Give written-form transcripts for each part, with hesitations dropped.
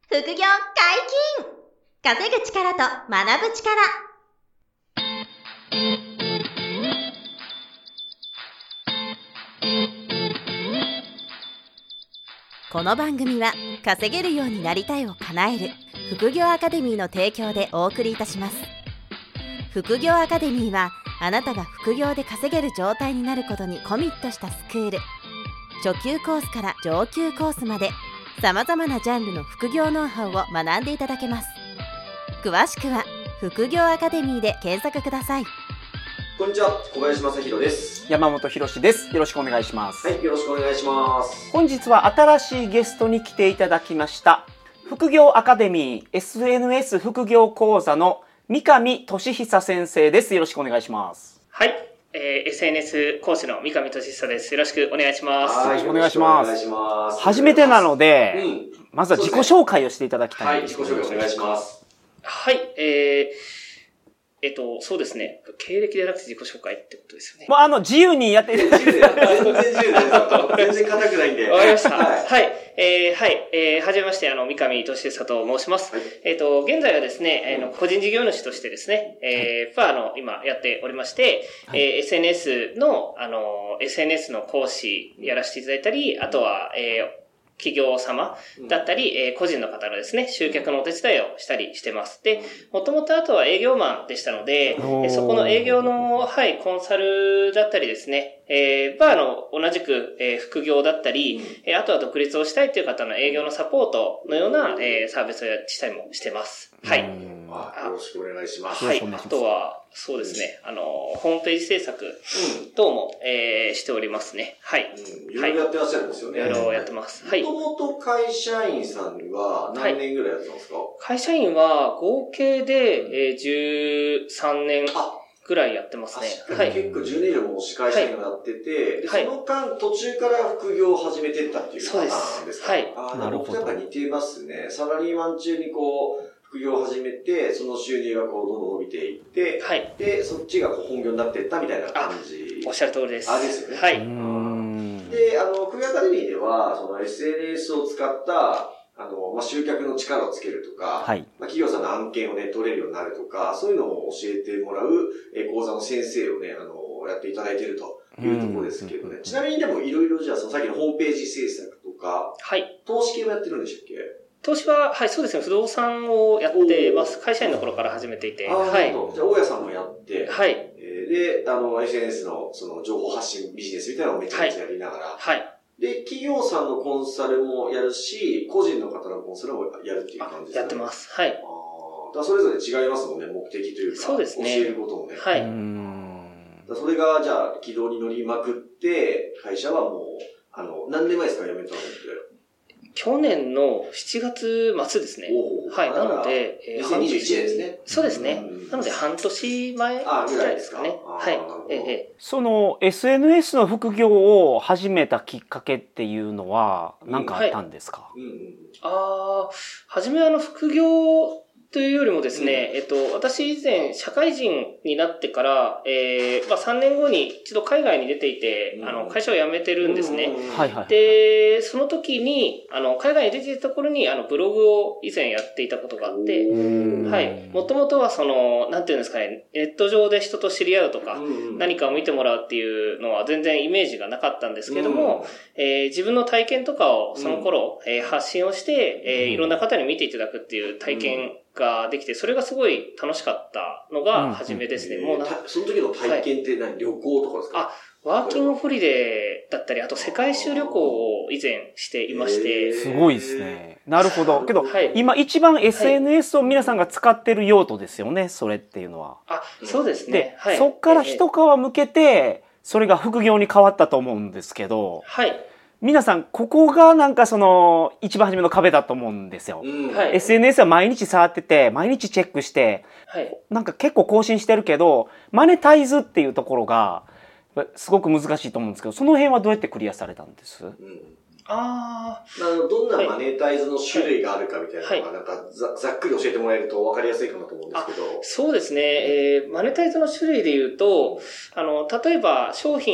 副業解禁！稼ぐ力と学ぶ力。この番組は稼げるようになりたいを叶える副業アカデミーの提供でお送りいたします。副業アカデミーはあなたが副業で稼げる状態になることにコミットしたスクール。初級コースから上級コースまでさまざまなジャンルの副業ノウハウを学んでいただけます。詳しくは副業アカデミーで検索ください。 こんにちは、小林正弘です。 山本博です。よろしくお願いします。 はい、よろしくお願いします。 本日は新しいゲストに来ていただきました。副業アカデミー SNS 副業講座の三上俊久先生です。よろしくお願いします。 はい、SNS 講師の三上俊久です。よろしくお願いします。 よろしくお願いします。初めてなので、まずは自己紹介をしていただきたいんです。 はい、自己紹介お願いします。 はい、そうですね。経歴でなくて自己紹介ってことですよね。 もう自由にやっていただいて。 全然自由ですよ。全然硬くないんで。 わかりました。はい。はじめまして、三上俊久と申します。はい、現在はですね、個人事業主としてですね、今やっておりまして、はい、SNS の講師やらせていただいたり、あとは、企業様だったり、個人の方のですね、集客のお手伝いをしたりしてます。で、もともとあとは営業マンでしたので、そこの営業の、コンサルだったりですね、同じく、副業だったり、あとは独立をしたいという方の営業のサポートのような、サービスをしたりもしてます。はい。 よろしくお願いします。 はい。あとは、そうですね、ホームページ制作等も、しておりますね。はい。 いろいろやってらっしゃるんですよね。 いろいろやってます。はい。 もともと会社員さんは何年ぐらいやってますか？ 会社員は合計で、13年ぐらいやってますね。 はい。結構10年以上も会社員をやってて、その間途中から副業を始めていったっていうパターンですか？はい。なるほど。やっぱ似てますね。サラリーマン中に副業を始めて、その収入がどんどん伸びていって、はい。で、そっちが本業になっていったみたいな感じ。 おっしゃる通りです。 ですよね。 はい。 で、副業アカデミーでは、SNS を使った、集客の力をつけるとか、はい。企業さんの案件をね、取れるようになるとか、そういうのを教えてもらう、講座の先生をね、やっていただいているというところですけどね。ちなみにでもいろいろじゃあ、さっきのホームページ制作とか、はい。投資系もやってるんでしたっけ？ 投資は、はい、そうですね、不動産をやってます。会社員の頃から始めていて。はい。 じゃあ、大家さんもやって、 はい。 で、SNS の情報発信ビジネスみたいなのをめちゃめちゃやりながら、はい。で、企業さんのコンサルもやるし、個人の方のコンサルもやるっていう感じですかね。 やってます。はい。 だそれぞれ違いますもんね、目的というか。 そうですね。 教えることもね。 はい。 それが、じゃあ、軌道に乗りまくって、会社はもう、何年前ですか、辞めたのって。 去年の7月末ですね。はい。なので、 2021年ですね。 そうですね。なので、半年前ぐらいですかね。はい。 その SNS の副業を始めたきっかけっていうのは何かあったんですか？ 初め副業というよりもですね、私以前社会人になってから、3年後に一度海外に出ていて、会社を辞めてるんですね。で、その時に、海外に出ていた頃に、ブログを以前やっていたことがあって、はい。もともとはなんていうんですかね、ネット上で人と知り合うとか、何かを見てもらうっていうのは全然イメージがなかったんですけども、自分の体験とかをその頃、発信をして、いろんな方に見ていただくっていう体験ができて、それがすごい楽しかったのが初めですね。 その時の体験って旅行とかですか？ ワーキングホリデーだったり、あと世界一周旅行を以前していまして。 すごいですね。なるほど。けど、今一番 SNS を皆さんが使ってる用途ですよね、それっていうのは。 そうですね。 で、そっから一皮向けて、それが副業に変わったと思うんですけど、はい。皆さん、ここがなんか一番初めの壁だと思うんですよ。SNS は毎日触ってて、毎日チェックして、なんか結構更新してるけど、マネタイズっていうところが、すごく難しいと思うんですけど、その辺はどうやってクリアされたんです？ どんなマネタイズの種類があるかみたいなのが、なんかざっくり教えてもらえると分かりやすいかなと思うんですけど。 そうですね。マネタイズの種類で言うと、例えば商品、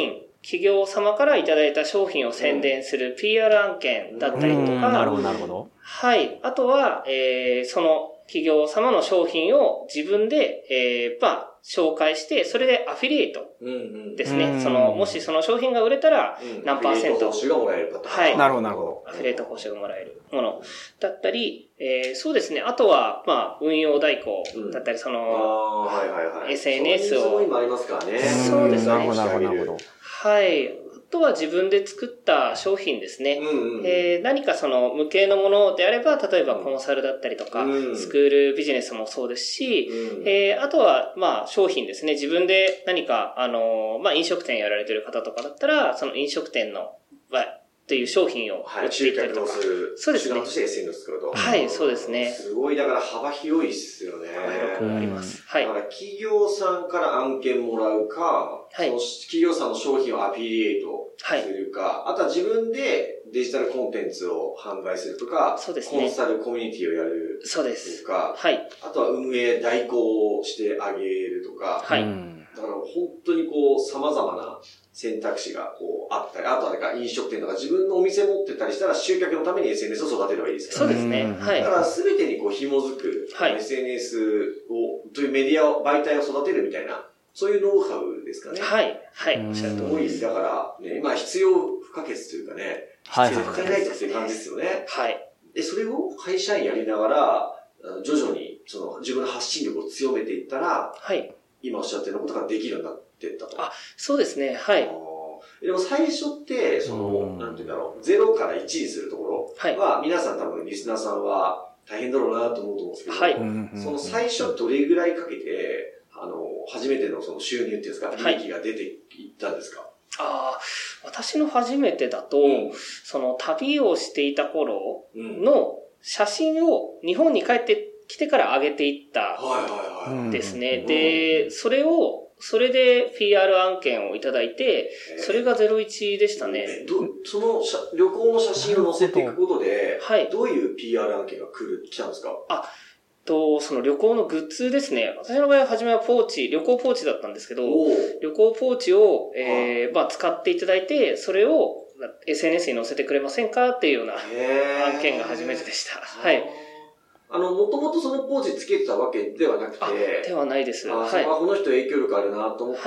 企業様からいただいた商品を宣伝する PR 案件だったりとか、 なるほど、なるほど。 はい。あとは、その企業様の商品を自分で、紹介して、それでアフィリエイトですね。もしその商品が売れたら、何%。アフィリエイト報酬がもらえるかと。 はい。なるほど、なるほど。 アフィリエイト報酬がもらえるものだったり、そうですね。あとは、運用代行だったり、SNS を。 今ありますからね。 そうですね。 なるほど、なるほど。 はい。あとは自分で作った商品ですね。何か無形のものであれば、例えばコンサルだったりとか、スクールビジネスもそうですし、あとは、商品ですね。自分で何か、飲食店やられてる方とかだったら、その飲食店の、という商品を売っていったりとか。そうですね。手段として SNS を作ると。 はい、そうですね。 すごい、だから幅広いっすよね。 幅広くあります。はい。 だから企業さんから案件もらうか、その企業さんの商品をアフィリエイトするか、あとは自分でデジタルコンテンツを販売するとか、 そうですね。 コンサルコミュニティをやるとか、 そうです。はい。 あとは運営代行してあげるとか、 はい。 だから本当に様々な選択肢があったり、あとは飲食店とか自分のお店持ってたりしたら集客のために SNS を育てればいいですからね。そうですね。はい。 だから全てに紐づく、SNS を、というメディア媒体を育てるみたいな、そういうノウハウですかね。 はい。はい。おっしゃるとおりです。 だから、ね、必要不可欠というかね、必要不可欠っていう感じですよね。 はい。 で、それを会社員やりながら、徐々に自分の発信力を強めていったら、 はい。 今おっしゃってることができるようになっていったと。 そうですね。はい。 でも最初って、なんていうんだろう、0から1にするところは、皆さん多分リスナーさんは大変だろうなと思うと思うんですけど、 はい。 その最初どれぐらいかけて、初めての収入っていうんですか、利益が出ていったんですか？ 私の初めてだと、旅をしていた頃の写真を日本に帰ってきてから上げていったですね。で、それで PR 案件をいただいて、それが01でしたね。 その旅行の写真を載せていくことで、どういう PR 案件が来たんですか？ その旅行のグッズですね。私の場合は初めは旅行ポーチだったんですけど、旅行ポーチを、使っていただいて、それを SNS に載せてくれませんかっていうような案件が初めてでした。はい。 もともとそのポーチつけてたわけではなくて。 ではないです。 はい。この人影響力あるなと思って、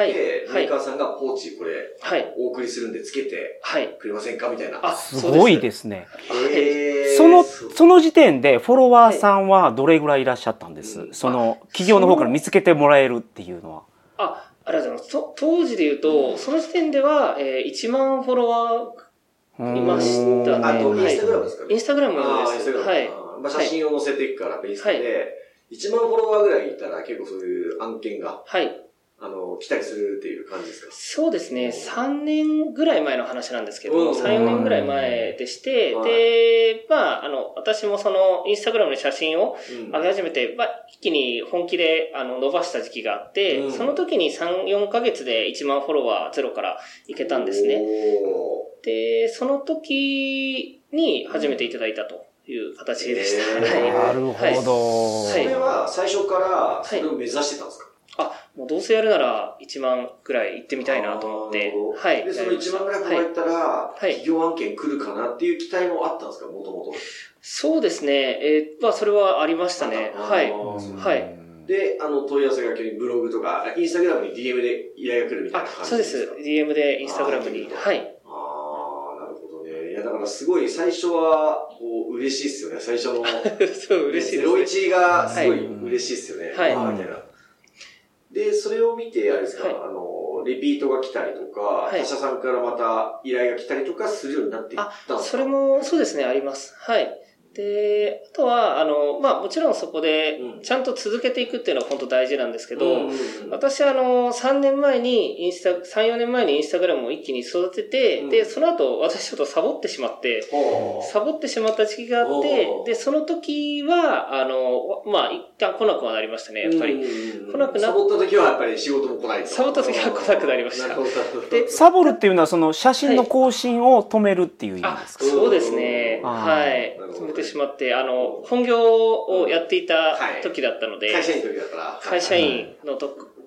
メーカーさんがポーチこれ、お送りするんでつけてくれませんかみたいな。 すごいですね。その時点でフォロワーさんはどれぐらいいらっしゃったんです？企業の方から見つけてもらえるっていうのは。 ありがとうございます。当時で言うと、その時点では、1万フォロワーいましたね。 インスタグラムですかね？ インスタグラムです。はい。 写真を載せていくから、インスタで、1万フォロワーぐらいいたら結構そういう案件が、来たりするっていう感じですか？ そうですね。3年ぐらい前の話なんですけど、3、4年ぐらい前でして、で、私もインスタグラムの写真を上げ始めて、一気に本気で伸ばした時期があって、その時に3、4ヶ月で1万フォロワーゼロからいけたんですね。で、その時に初めていただいたという形でした。 なるほど。 それは最初からそれを目指してたんですか？ もうどうせやるなら1万くらい行ってみたいなと思って。はい。 で、その1万くらい入ったら、企業案件来るかなっていう期待もあったんですか、もともと？ そうですね。それはありましたね。はい。はい。 で、問い合わせが急にブログとか、インスタグラムに DM で依頼が来るみたいな感じですか？ そうです。DM でインスタグラムに。はい。 なるほどね。いや、だからすごい最初は、嬉しいっすよね、最初の。 そう、嬉しいです。 01がすごい嬉しいっすよね。 はい。 みたいな。で、それを見て、あれですか、リピートが来たりとか、他社さんからまた依頼が来たりとかするようになっていったんですか？ それも、そうですね、あります。はい。で、あとは、もちろんそこで、ちゃんと続けていくっていうのは本当大事なんですけど、私3年前に3、4年前にインスタグラムを一気に育てて、で、その後、私ちょっとサボってしまった時期があって、で、その時は、一旦来なくはなりましたね、やっぱり。来なくなサボった時はやっぱり仕事も来ないと。 サボった時は来なくなりました。 で、サボるっていうのはその写真の更新を止めるっていう意味ですか？ そうですね。はい。止めてしまって、本業をやっていた時だったので、 会社員の時だから。 会社員の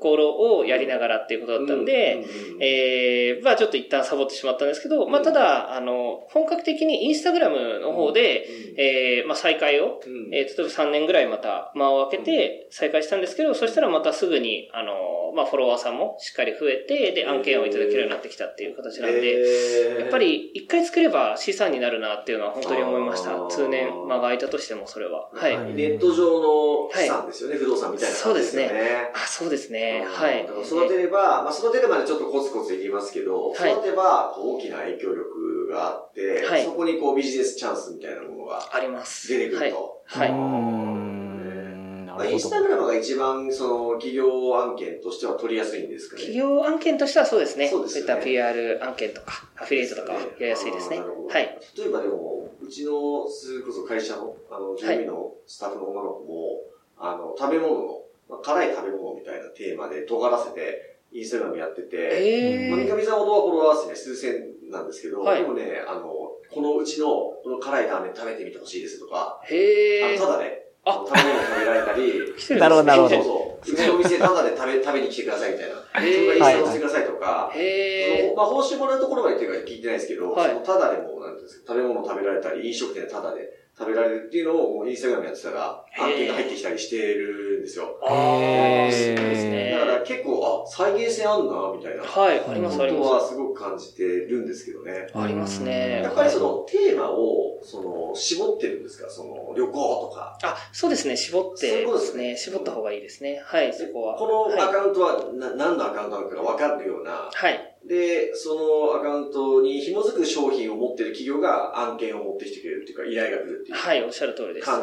ころをやりながらっていうことだったんで、まあちょっと一旦サボってしまったんですけど、まあただ、本格的にインスタグラムの方で、まあ再開を、例えば3年ぐらいまた間を空けて再開したんですけど、そしたらまたすぐに、まあフォロワーさんもしっかり増えて、で、案件をいただけるようになってきたっていう形なんで、やっぱり一回作れば資産になるなっていうのは本当に思いました。通年間が空いたとしてもそれは。はい。 ネット上の資産ですよね、不動産みたいな感じですよね。 そうですね。そうですね。はい。 育てれば、まあ育てるまでちょっとコツコツいきますけど、育てば大きな影響力があって、そこにこうビジネスチャンスみたいなものがあります。 出てくると。 はい。 インスタグラムが一番その企業案件としては取りやすいんですかね。 企業案件としてはそうですね。そういった PR 案件とかアフィリエイトとかはやりやすいですね。はい。 例えばでもうちのそれこそ会社の従業員のスタッフの女の子も食べ物の辛い食べ物みたいなテーマで尖らせてインスタグラムやってて、三上さんほどはフォロワー数ね数千なんですけど、でもねこのうちのこの辛いラーメン食べてみてほしいですとか、ただね。食べ物食べられたり。 なるほど、なるほど。 そうそう。うちのお店ただで食べに来てくださいみたいな。それがインスタをしてくださいとか。まあ、報酬もらうところまでっていうか聞いてないですけど、そのただでも、なんていうんですか、食べ物食べられたり、飲食店でただで食べられるっていうのをもうインスタグラムやってたら、案件が入ってきたりしてるんですよ。 すごいですね。 だから結構、再現性あんな、みたいな。 はい、あります、あります。 ことはすごく感じてるんですけどね。 ありますね。 やっぱりそのテーマを、絞ってるんですか？旅行とか。 そうですね、絞ってですね。絞った方がいいですね。はい、そこは。 このアカウントは何のアカウントなのかが分かるような。 はい。 で、そのアカウントに紐づく商品を持ってる企業が案件を持ってきてくれるっていうか、依頼が来るっていう。 はい、おっしゃる通りです。はい。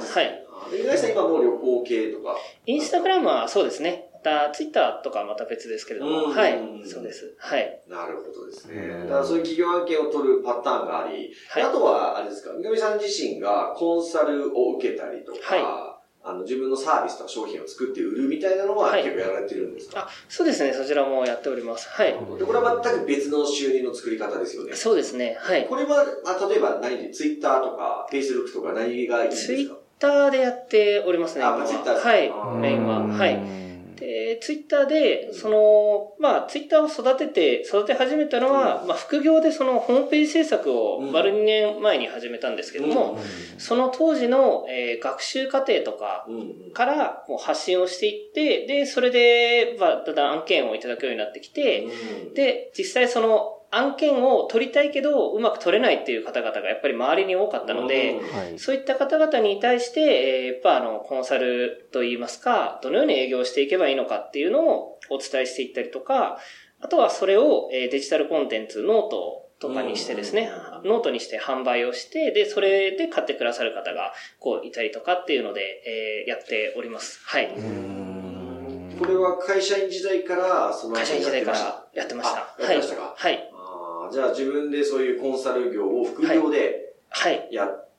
井上さん今もう旅行系とか。 インスタグラムはそうですね。また、ツイッターとかはまた別ですけれども。はい。そうです。はい。 なるほどですね。だからそういう企業案件を取るパターンがあり、あとは、あれですか、三上さん自身がコンサルを受けたりとか、自分のサービスとか商品を作って売るみたいなのは結構やられてるんですか？ そうですね。そちらもやっております。はい。 で、これは全く別の収入の作り方ですよね。 そうですね。はい。 これは、例えば何で、ツイッターとか、フェイスブックとか何がいいんですか？ ツイッターでやっておりますね。 ツイッターですか？ はい。メインは。はい。で、ツイッターで、まあ、ツイッターを育て始めたのは、まあ、副業でホームページ制作を丸2年前に始めたんですけども、その当時の、学習過程とかからもう発信をしていって、で、それで、まあ、だんだん案件をいただくようになってきて、で、実際案件を取りたいけど、うまく取れないっていう方々がやっぱり周りに多かったので、そういった方々に対して、やっぱコンサルといいますか、どのように営業していけばいいのかっていうのをお伝えしていったりとか、あとはそれをデジタルコンテンツ、ノートとかにしてですね、ノートにして販売をして、で、それで買ってくださる方がいたりとかっていうので、やっております。はい。 これは会社員時代から会社員時代からやってました。 やってましたか？ はい。 じゃあ自分でそういうコンサル業を副業でやって、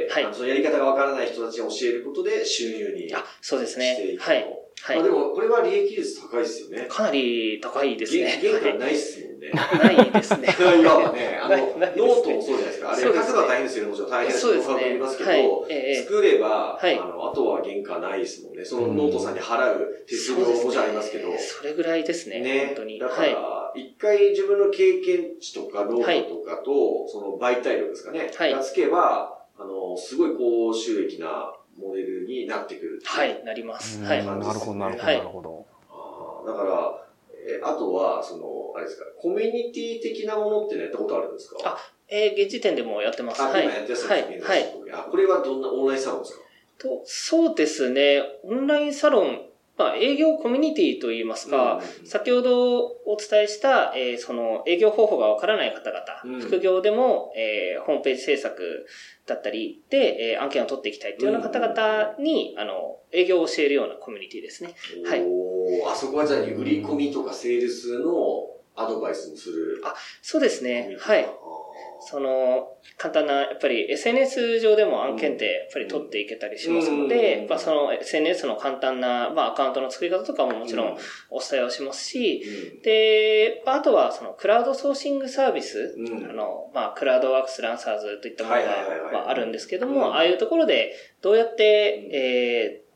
そのやり方がわからない人たちに教えることで収入にそうですね。 していくと。でもこれは利益率高いですよね。 かなり高いですね。 原価ないっすもんね。 ないですね。 いやね、ノートもそうじゃないですか。あれ書くのは大変ですよね。もちろん大変ですけど、書くますけど、作れば、あとは原価ないですもんね。そのノートさんに払う手数料もじゃありますけど。 それぐらいですね。本当に。 だから、一回自分の経験値とかノートとかと、その媒体力ですかね。がつけば、すごい高収益なモデルになってくる。 はい、なります。はい。 なるほど、なるほど、なるほど。 だから、あとは、あれですか、コミュニティ的なものってやったことあるんですか？ 現時点でもやってます。 今やってますね。はい。これはどんなオンラインサロンですか？ そうですね。オンラインサロン、まあ、営業コミュニティといいますか、先ほどお伝えした、その営業方法がわからない方々、副業でも、ホームページ制作だったりで、案件を取っていきたいというような方々に、営業を教えるようなコミュニティですね。はい。 あそこはじゃあ売り込みとかセールスのアドバイスもする？ そうですね。はい。簡単な、やっぱり SNS 上でも案件ってやっぱり取っていけたりしますので、その SNS の簡単な、アカウントの作り方とかももちろんお伝えをしますし、で、あとはクラウドソーシングサービス、クラウドワークスランサーズといったものがあるんですけども、ああいうところでどうやって、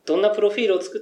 どんなプロフィールを作って、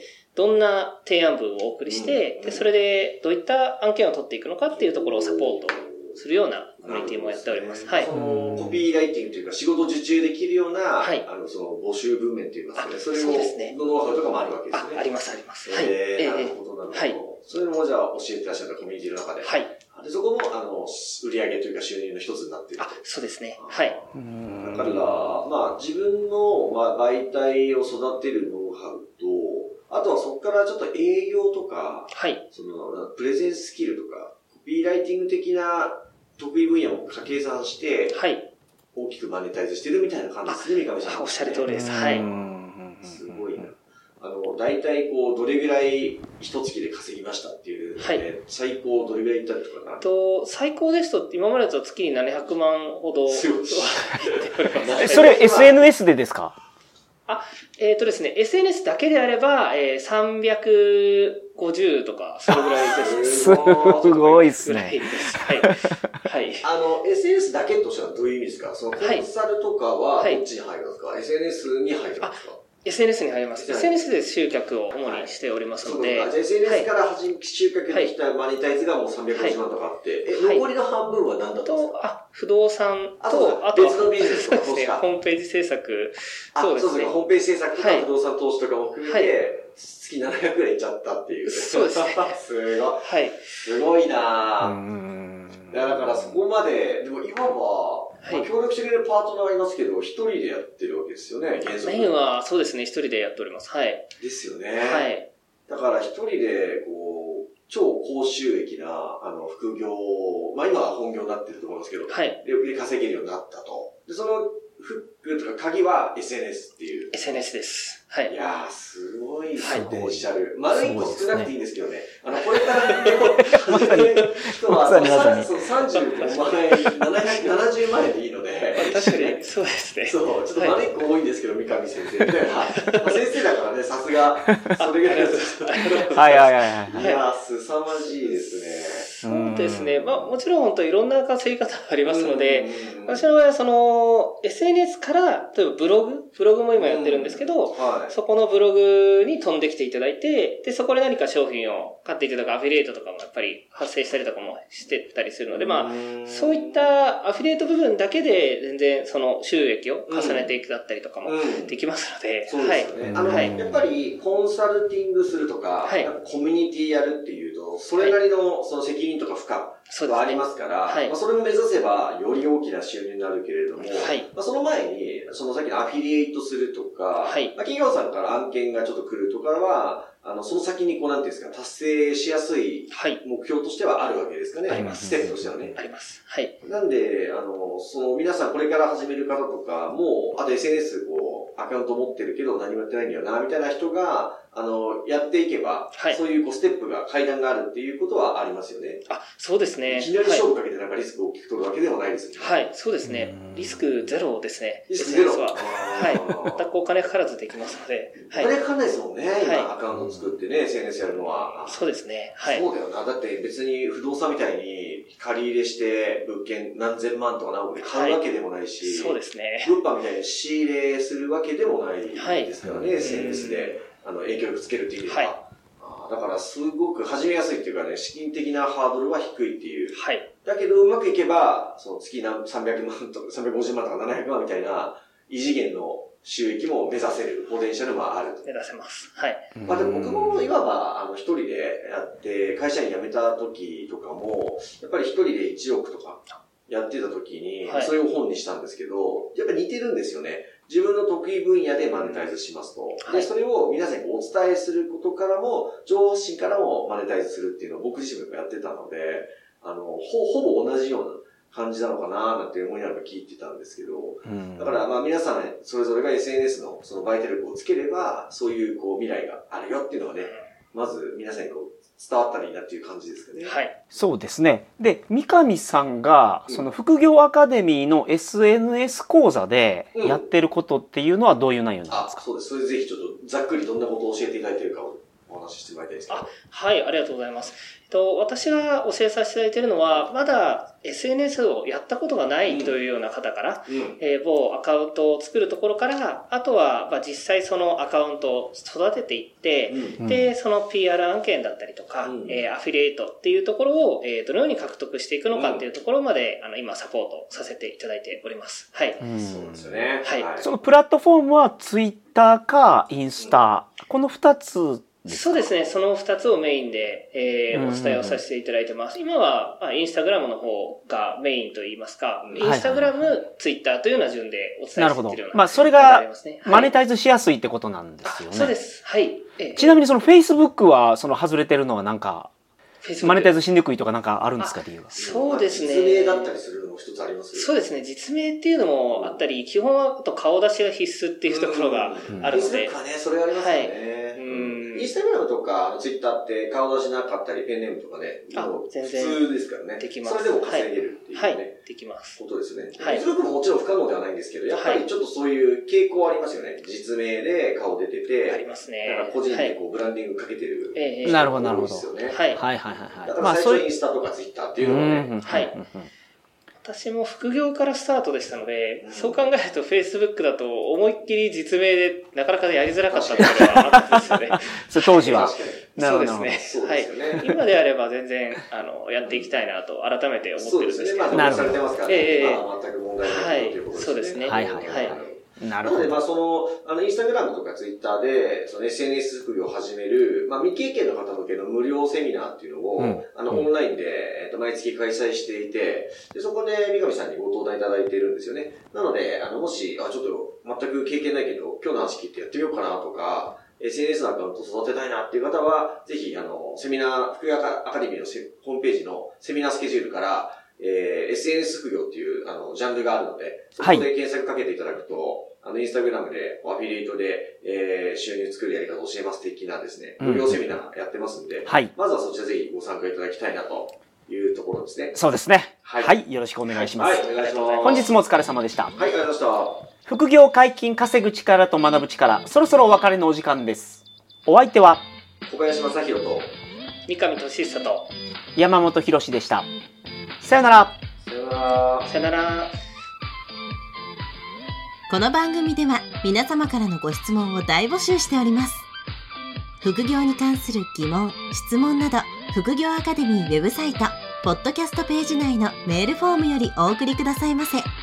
どんな提案文をお送りして、で、それでどういった案件を取っていくのかっていうところをサポートするようなコミュニティもやっております。はい。 そのコピーライティングというか仕事受注できるような、はい、その募集文面といいますかね、それを、のノウハウとかもあるわけですね。 あります、あります。 はい。なるほど、なるほど。はい。そういうのもじゃあ教えてらっしゃるコミュニティの中で。はい。で、そこも、売り上げというか収入の一つになっている。 そうですね。はい。 だから、まあ、自分の、まあ、媒体を育てるノウハウと、あとはそこからちょっと営業とか、はい。その、プレゼンススキルとか、コピーライティング的な得意分野を掛け算して、はい。大きくマネタイズしてるみたいな感じですね、三上さん。 おっしゃる通りです。はい。 すごいな。大体こう、どれぐらい一月で稼ぎましたっていう、ね、はい。最高どれぐらいいったりとかな。 最高ですと、今までだと月に700万ほど。 すごい。それ SNS でですか？ ですね、SNS だけであれば、350とか、それぐらいです。 すごいっすね。 はい。はい。 SNS だけとしてはどういう意味ですか？そのコンサルとかはどっちに入るんですか？はい、SNS に入るんですか ？SNS に入ります。SNS で集客を主にしておりますので。 じゃあ SNS から集客できたマネタイズがもう350万とかあって、残りの半分は何だったんですか？ 不動産と、 あと別のビジネスとか投資か。 ホームページ制作。 そうですね。ホームページ制作とか不動産投資とかも含めて、月700くらいいっちゃったっていう。 そうですね。 すごい。 はい。 すごいなぁ。だからそこまで、でも今は、協力してくれるパートナーがいますけど、一人でやってるわけですよね、原則。 メインはそうですね、一人でやっております。はい。 ですよね。 はい。 だから一人で、こう、超高収益な、副業、まあ今は本業になってると思うんですけど、はい。で稼げるようになったと。で、そのフックとか鍵は SNS っていう。 SNS です。はい。 いやー、すごいポテンシャル。丸一個少なくていいんですけどね。これから人は、35万円、770万円でいいので。 確かに、そうですね。 そう、ちょっと丸一個多いんですけど、三上先生みたいな。先生だからね、さすが、それぐらいです。 はい。 いやー、凄まじいですね。 そうですね。まあ、もちろん本当いろんな稼ぎ方がありますので、私の場合はSNS から、例えばブログも今やってるんですけど、そこのブログに飛んできていただいて、で、そこで何か商品を買っていただくアフィリエイトとかもやっぱり発生したりとかもしてたりするので、まあ、そういったアフィリエイト部分だけで全然その収益を重ねていくだったりとかもできますので、 そうですよね。やっぱりコンサルティングするとか、コミュニティやるっていうと、それなりのその責任とか負荷がありますから、まあ、それを目指せばより大きな収入になるけれども、まあ、その前に、そのさっきのアフィリエイトするとか、まあ、企業さんから案件がちょっと来るとかは、その先にこうなんていうんですか、達成しやすい目標としてはあるわけですかね。 あります。 ステップとしてはね。 あります。はい。 なんで、その皆さんこれから始める方とかも、あと SNS こう、アカウント持ってるけど何もやってないんだよな、みたいな人が、やっていけば、そういうこうステップが、階段があるっていうことはありますよね。 そうですね。 いきなり勝負かけてなんかリスクを大きく取るわけではないですよね。 はい、そうですね。リスクゼロですね。 リスクゼロは。はい。全くお金かからずできますので。 お金かかんないですもんね。今、アカウント作ってね、SNS やるのは。 そうですね。はい。 そうだよな。だって別に不動産みたいに借り入れして物件何千万とか何億で買うわけでもないし、 そうですね。 物販みたいに仕入れするわけでもないですからね、SNS で影響力つけるっていう意味では。だからすごく始めやすいっていうかね、資金的なハードルは低いっていう。 はい。 だけどうまくいけば、その月300万とか350万とか700万みたいな異次元の収益も目指せるポテンシャルもある。 目指せます。はい。 まあでも僕もいわば一人でやって会社員辞めた時とかも、やっぱり一人で1億とかやってた時に、それを本にしたんですけど、やっぱり似てるんですよね。自分の得意分野でマネタイズしますと。で、それを皆さんにお伝えすることからも、情報発信からもマネタイズするっていうのを僕自身もやってたので、ほぼ同じような感じなのかななんて思いながら聞いてたんですけど、だからまあ皆さんそれぞれが SNS のそのバイタル力をつければ、そういうこう未来があるよっていうのはね、まず皆さんにこう伝わったらいいなっていう感じですかね。 はい。 そうですね。で、三上さんが、その副業アカデミーの SNS 講座でやってることっていうのはどういう内容なんですか？ そうです。それでぜひちょっとざっくりどんなことを教えていただいているかをお話話してもらいたいですけど。 はい、ありがとうございます。私が教えさせていただいているのは、まだ SNS をやったことがないというような方から、某アカウントを作るところから、あとは実際そのアカウントを育てていって、で、その PR 案件だったりとか、アフィリエイトっていうところを、どのように獲得していくのかっていうところまで、今サポートさせていただいております。はい。 そうですよね。 はい。 そのプラットフォームはツイッターかインスタ、この2つ。 そうですね。その2つをメインで、お伝えをさせていただいてます。今は、インスタグラムの方がメインといいますか、インスタグラム、ツイッターというような順でお伝えしているような。なるほど。 それがマネタイズしやすいってことなんですよね。 そうです。はい。 ちなみにその Facebook は外れてるのはなんか、マネタイズしにくいとかなんかあるんですか、理由が。 そうですね。 実名だったりするのも一つありますよね。 そうですね。実名っていうのもあったり、基本は顔出しが必須っていうところがあるので。 それありますよね。インスタグラムとかツイッターって顔出しなかったりペンネームとかね、 全然普通ですからね。 できます。 それでも稼げるっていうね。 はい、できます。 ことですね。Facebook ももちろん不可能ではないんですけど、やっぱりちょっとそういう傾向ありますよね。実名で顔出てて、 ありますね。 なんか個人でブランディングかけてる。 なるほど、なるほど。 はい。 はいはいはい。 だから最初インスタとかツイッターっていうのはね。 はい。私も副業からスタートでしたので、そう考えると Facebook だと思いっきり実名でなかなかやりづらかったところはあったんですよね。 それ当時は。 そうですね。はい。今であれば全然、やっていきたいなと改めて思ってるんですけど。 なるほど。全く問題ないということですね。 そうですね。 はいはいはい。 なので、インスタグラムとかツイッターで、SNS 副業を始める、未経験の方向けの無料セミナーっていうのを、オンラインで、毎月開催していて、で、そこで三上さんにご登壇いただいているんですよね。なので、もし、ちょっと全く経験ないけど、今日の話聞いてやってみようかなとか、SNS のアカウントを育てたいなっていう方は、ぜひ、セミナー、副業アカデミーのホームページのセミナースケジュールから、SNS 副業っていう、ジャンルがあるので、そこで検索かけていただくと、インスタグラムでアフィリエイトで、収入作るやり方を教えます的なですね、無料セミナーやってますんで、まずはそちらぜひご参加いただきたいなというところですね。 そうですね。はい。よろしくお願いします。 はい、お願いします。 本日もお疲れ様でした。 はい、ありがとうございました。 副業解禁稼ぐ力と学ぶ力、そろそろお別れのお時間です。お相手は、 小林正弘と、 三上俊久と、 山本博史でした。さよなら。 さよなら。 さよなら。 この番組では皆様からのご質問を大募集しております。副業に関する疑問、質問など、副業アカデミーウェブサイト、ポッドキャストページ内のメールフォームよりお送りくださいませ。